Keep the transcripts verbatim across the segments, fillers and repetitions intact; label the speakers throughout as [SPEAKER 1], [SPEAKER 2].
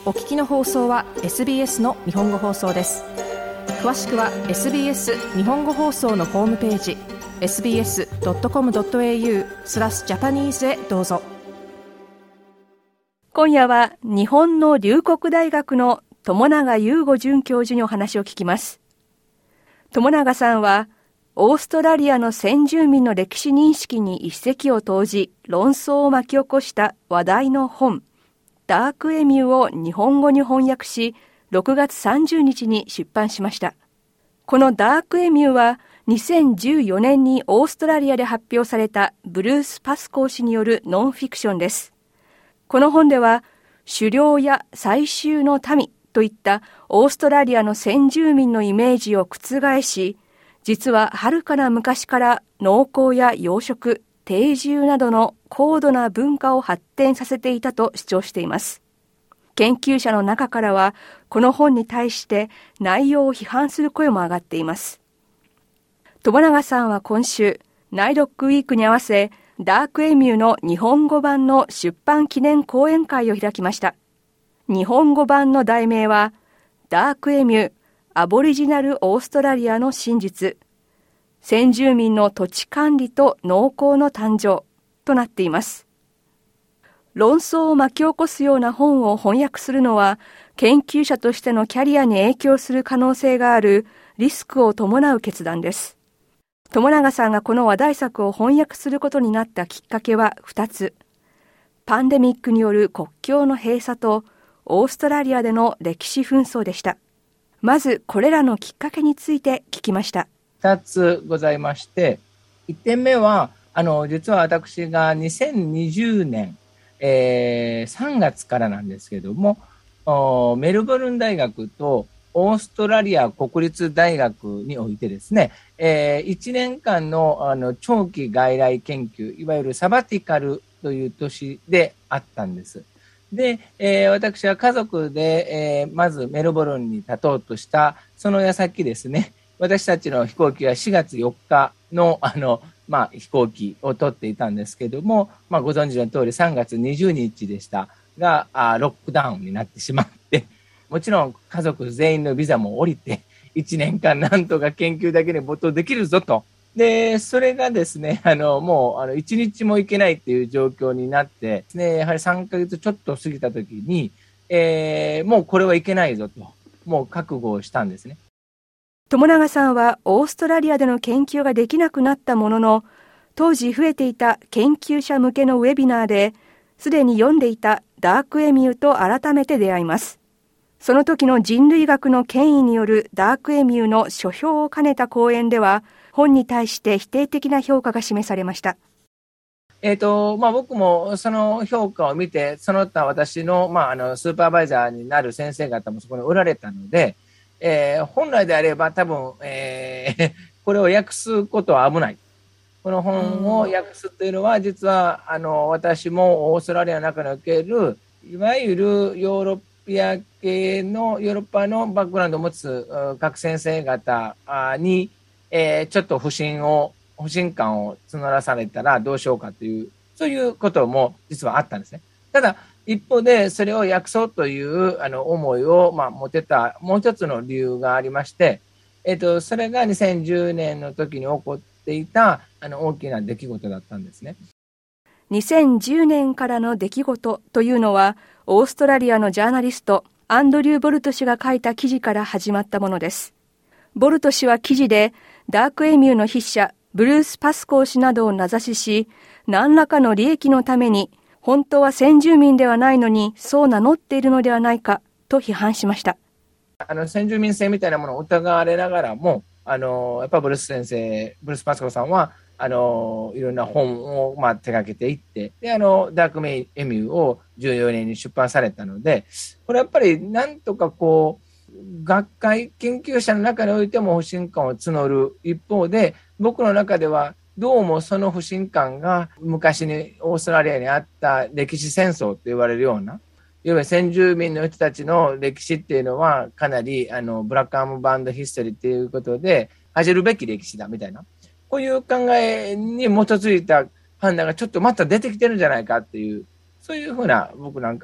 [SPEAKER 1] お聞きの放送は エスビーエス の日本語放送です。詳しくは エスビーエス 日本語放送のホームページ エスビーエスドットコムドットエーユー スラスジャパニーズへどうぞ。今夜は日本の龍谷大学の友永雄吾准教授にお話を聞きます。友永さんはオーストラリアの先住民の歴史認識に一石を投じ論争を巻き起こした話題の本ダークエミューを日本語に翻訳し、ろくがつさんじゅうにちに出版しました。このダークエミューはにせんじゅうよねんにオーストラリアで発表されたブルース・パスコー氏によるノンフィクションです。この本では狩猟や採集の民といったオーストラリアの先住民のイメージを覆し、実は遥かな昔から農耕や養殖、定住などの高度な文化を発展させていたと主張しています。研究者の中からはこの本に対して内容を批判する声も上がっています。友永さんは今週ナイロックウィークに合わせダークエミューの日本語版の出版記念講演会を開きました。日本語版の題名はダークエミューアボリジナルオーストラリアの真実、先住民の土地管理と農耕の誕生となっています。論争を巻き起こすような本を翻訳するのは研究者としてのキャリアに影響する可能性があるリスクを伴う決断です。友永さんがこの話題作を翻訳することになったきっかけはふたつ。パンデミックによる国境の閉鎖とオーストラリアでの歴史紛争でした。まずこれらのきっかけについて聞きました。
[SPEAKER 2] ふたつございまして、いってんめはあの実は私がにせんにじゅうねん、えー、さんがつからなんですけども、メルボルン大学とオーストラリア国立大学においてですね、えー、いちねんかん の, あの長期外来研究、いわゆるサバティカルという年であったんです。で、えー、私は家族で、えー、まずメルボルンに立とうとしたその矢先ですね、私たちの飛行機はしがつよっか の, あの、まあ、飛行機を取っていたんですけども、まあ、ご存知の通りさんがつにじゅうにちでしたが、あロックダウンになってしまって、もちろん家族全員のビザも降りていちねんかんなんとか研究だけに没頭できるぞと。で、それがですね、あのもうあのいちにちも行けないっていう状況になってですね、やはりさんかげつちょっと過ぎた時に、えー、もうこれはいけないぞと、もう覚悟をしたんですね。
[SPEAKER 1] 友永さんはオーストラリアでの研究ができなくなったものの、当時増えていた研究者向けのウェビナーですでに読んでいたダークエミューと改めて出会います。その時の人類学の権威によるダークエミューの書評を兼ねた講演では、本に対して否定的な評価が示されました。
[SPEAKER 2] えーとまあ、僕もその評価を見て、その他私の、まあ、あのスーパーバイザーになる先生方もそこにおられたので、えー、本来であれば多分、えー、これを訳すことは危ない。この本を訳すというのは、実はあの私もオーストラリアの中におけるいわゆるヨーロピア系のヨーロッパのバックグラウンドを持つ各先生方に、えー、ちょっと不信を不信感を募らされたらどうしようかという、そういうことも実はあったんですね。ただ一方でそれを訳そうというあの思いを、まあ、持てたもう一つの理由がありまして、えーと、それがにせんじゅうねんの時に起こっていたあの大きな出来事だったんですね。
[SPEAKER 1] にせんじゅうねんからの出来事というのは、オーストラリアのジャーナリストアンドリュー・ボルト氏が書いた記事から始まったものです。ボルト氏は記事でダークエミューの筆者ブルース・パスコー氏などを名指しし、何らかの利益のために本当は先住民ではないのにそう名乗っているのではないかと批判しました。
[SPEAKER 2] あの先住民性みたいなものを疑われながらも、あのやっぱブルース先生、ブルース・パスコーさんはあのいろんな本を、まあ、手掛けていって、であのダークエミューをじゅうよねんに出版されたので、これやっぱりなんとかこう学会研究者の中においても不信感を募る一方で、僕の中ではどうもその不信感が昔にオーストラリアにあった歴史戦争と言われるような、いわゆる先住民の人たちの歴史っていうのはかなりあのブラックアームバンドヒストリーということで恥じるべき歴史だみたいな、こういう考えに基づいた判断がちょっとまた出てきてるんじゃないかっていう、そういうふうな僕なんかは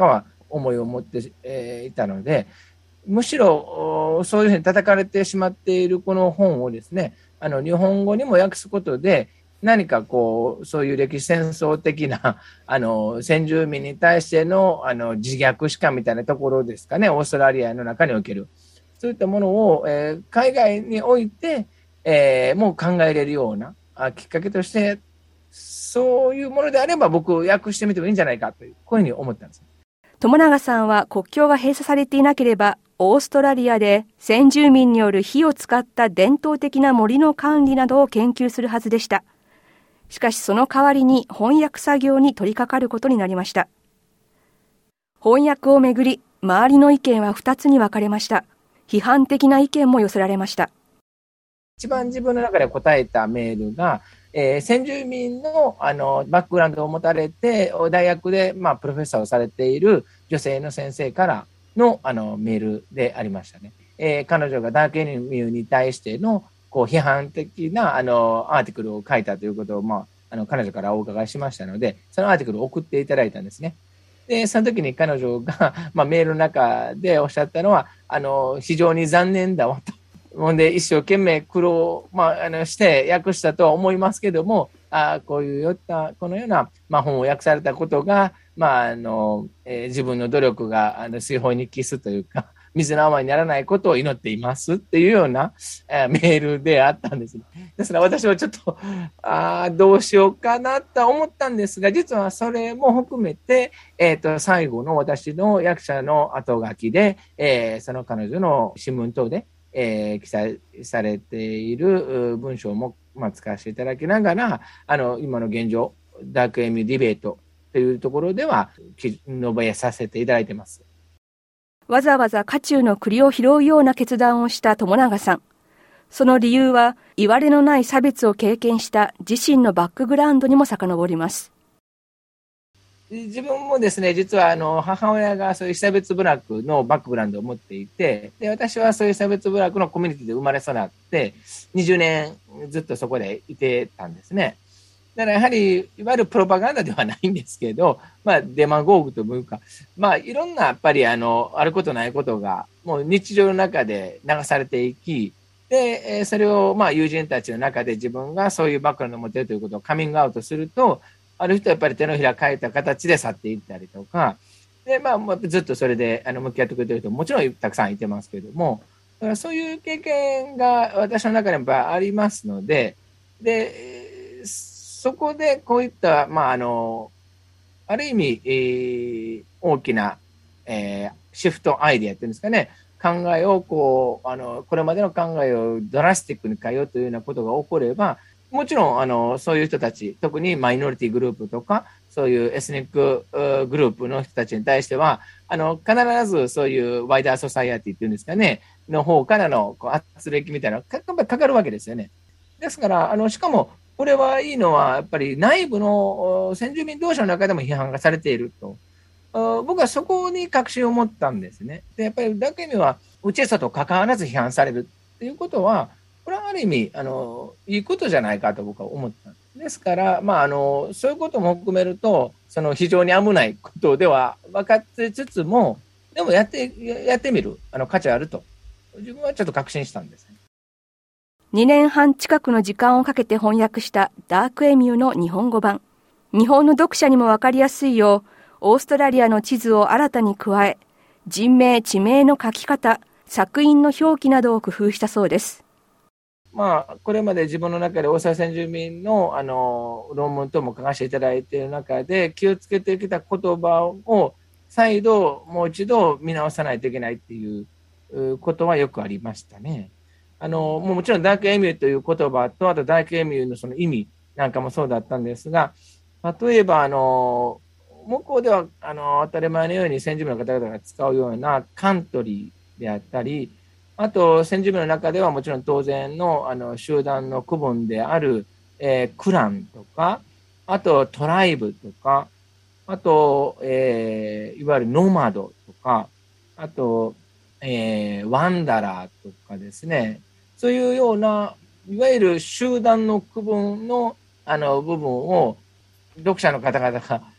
[SPEAKER 2] 思いを持って、えー、いたので、むしろそういうふうに叩かれてしまっているこの本をですね、あの日本語にも訳すことで、何かこうそういう歴史戦争的なあの先住民に対してのあの自虐史観みたいなところですかね、オーストラリアの中におけるそういったものを、えー、海外において、えー、もう考えれるようなあきっかけとして、そういうものであれば僕訳してみてもいいんじゃないかという、こういうふうに思ったんです。
[SPEAKER 1] 友永さんは国境が閉鎖されていなければ、オーストラリアで先住民による火を使った伝統的な森の管理などを研究するはずでした。しかしその代わりに翻訳作業に取り掛かることになりました。翻訳をめぐり、周りの意見はふたつに分かれました。批判的な意見も寄せられました。
[SPEAKER 2] 一番自分の中で答えたメールが、えー、先住民 の, あのバックグラウンドを持たれて大学で、まあ、プロフェッサーをされている女性の先生から の, あのメールでありましたね。えー、彼女がダークエニミューに対してのこう批判的なあのアーティクルを書いたということを、まあ、あの彼女からお伺いしましたので、そのアーティクルを送っていただいたんですね。でその時に彼女が、まあ、メールの中でおっしゃったのは、あの非常に残念だわと。ほんで一生懸命苦労、まあ、あのして訳したとは思いますけども、あこういうよったこのような、まあ、本を訳されたことが、まああのえー、自分の努力があの水泡に帰すというか、水の泡にならないことを祈っていますっていうような、えー、メールであったんです。ですから私はちょっとあどうしようかなと思ったんですが、実はそれも含めて、えー、と最後の私の役者の後書きで、えー、その彼女の新聞等でえー、記載されている文章も、まあ、使わせていただきながら、あの今の現状ダークエミューディベートというところでは述べさせていただいています。
[SPEAKER 1] わざわざ家中の栗を拾うような決断をした友永さん。その理由は、いわれのない差別を経験した自身のバックグラウンドにも遡ります。
[SPEAKER 2] 自分もですね、実はあの母親がそういう差別部落のバックグラウンドを持っていて、で私はそういう差別部落のコミュニティで生まれ育ってにじゅうねんずっとそこでいてたんですね。だからやはりいわゆるプロパガンダではないんですけど、まあ、デマゴーグというか、まあ、いろんなやっぱりあのあることないことがもう日常の中で流されていき、でそれをまあ友人たちの中で自分がそういうバックグラウンドを持っているということをカミングアウトすると、ある人はやっぱり手のひら返った形で去っていったりとか、で、まあ、ずっとそれであの向き合ってくれてる人ももちろんたくさんいてますけども、だからそういう経験が私の中でもやっぱありますので、で、そこでこういった、まあ、あの、ある意味、えー、大きな、えー、シフトアイデアっていうんですかね、考えをこう、あの、これまでの考えをドラスティックに変えようというようなことが起これば、もちろんあのそういう人たち、特にマイノリティグループとかそういうエスニックグループの人たちに対しては、あの必ずそういうワイダーソサイエティっていうんですかね、の方からのこう圧力みたいなのがか, かかるわけですよね。ですからあのしかもこれはいいのはやっぱり内部の先住民同士の中でも批判がされていると、僕はそこに確信を持ったんですね。でやっぱりダークエミューはウチェサと関わらず批判されるっていうことは、これはある意味あのいいことじゃないかと僕は思ったんですから、まあ、あのそういうことも含めるとその非常に危ないことでは分かってつつも、でもやってやってみるあの価値あると自分はちょっと確信したんですね。
[SPEAKER 1] にねんはん近くの時間をかけて翻訳したダークエミューの日本語版。日本の読者にも分かりやすいよう、オーストラリアの地図を新たに加え、人名地名の書き方、作品の表記などを工夫したそうです。
[SPEAKER 2] まあ、これまで自分の中でオーストラリア先住民 の, あの論文等も書かせていただいている中で気をつけてきた言葉を再度もう一度見直さないといけないっていうことはよくありましたね。あのもちろんダークエミューという言葉と、あとダークエミューのその意味なんかもそうだったんですが、例えばあの向こうではあの当たり前のように先住民の方々が使うようなカントリーであったり、あと先住民の中ではもちろん当然 の, あの集団の区分である、えー、クランとか、あとトライブとか、あと、えー、いわゆるノマドとか、あと、えー、ワンダラーとかですね、そういうようないわゆる集団の区分 の, あの部分を読者の方々が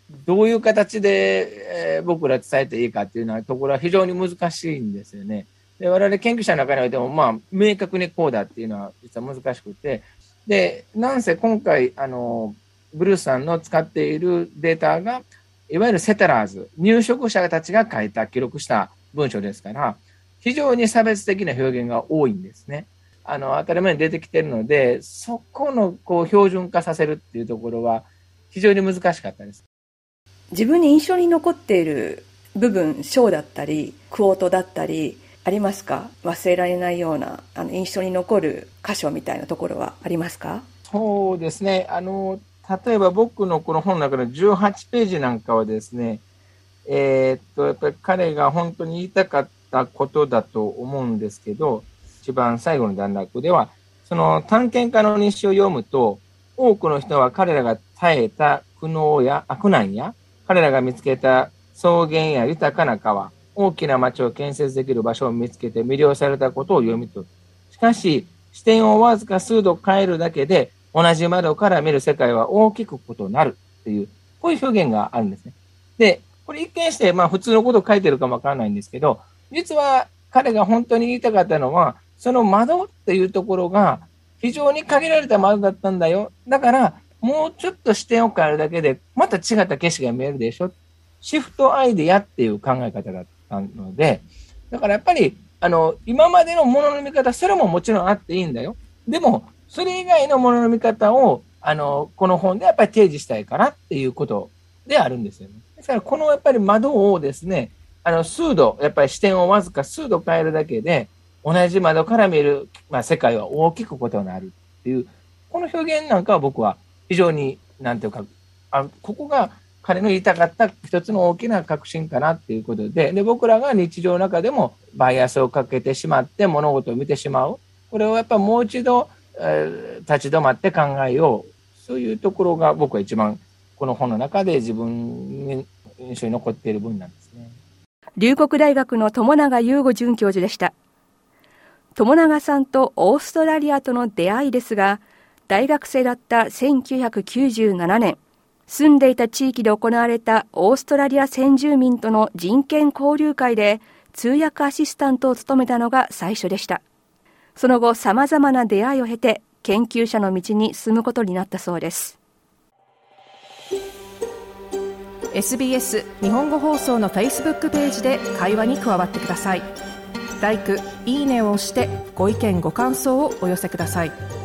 [SPEAKER 2] どういう形で、えー、僕ら伝えていいかっていうのはところは非常に難しいんですよね。で我々研究者の中においても、まあ、明確にこうだっていうのは実は難しくて、でなんせ今回あのブルースさんの使っているデータがいわゆるセテラーズ、入植者たちが書いた記録した文章ですから、非常に差別的な表現が多いんですね。あの当たり前に出てきているので、そこのこう標準化させるっていうところは非常に難しかったです。
[SPEAKER 1] 自分に印象に残っている部分、章だったりクォートだったりありますか？忘れられないようなあの印象に残る箇所みたいなところはありますか？
[SPEAKER 2] そうですね、あの例えば僕のこの本の中のじゅうはちページなんかはですね、えー、っとやっぱり彼が本当に言いたかったことだと思うんですけど、一番最後の段落では、その探検家の日誌を読むと、多くの人は彼らが耐えた苦悩や悪難や、彼らが見つけた草原や豊かな川、大きな町を建設できる場所を見つけて魅了されたことを読み取る。しかし、視点をわずか数度変えるだけで、同じ窓から見る世界は大きく異なるっていう、こういう表現があるんですね。で、これ一見して、まあ普通のことを書いてるかもわからないんですけど、実は彼が本当に言いたかったのは、その窓っていうところが非常に限られた窓だったんだよ。だから、もうちょっと視点を変えるだけで、また違った景色が見えるでしょ。シフトアイデアっていう考え方だったので、だからやっぱり、あの、今までのものの見方、それももちろんあっていいんだよ。でも、それ以外のものの見方を、あの、この本でやっぱり提示したいからっていうことであるんですよね。ですから、このやっぱり窓をですね、あの、数度、やっぱり視点をわずか数度変えるだけで、同じ窓から見る、まあ、世界は大きく異なるっていう、この表現なんかは僕は非常に、なんていうか、あ、ここが彼の言いたかった一つの大きな革新かなっていうことで、で、僕らが日常の中でもバイアスをかけてしまって物事を見てしまう。これをやっぱもう一度、えー、立ち止まって考えよう。そういうところが僕は一番この本の中で自分に印象に残っている分なんですね。
[SPEAKER 1] 龍谷大学の友永雄吾准教授でした。友永さんとオーストラリアとの出会いですが、大学生だったせんきゅうひゃくきゅうじゅうななねん、住んでいた地域で行われたオーストラリア先住民との人権交流会で通訳アシスタントを務めたのが最初でした。その後、様々な出会いを経て研究者の道に進むことになったそうです。
[SPEAKER 3] エスビーエス 日本語放送の Facebook ページで会話に加わってください。ライク、いいねを押してご意見ご感想をお寄せください。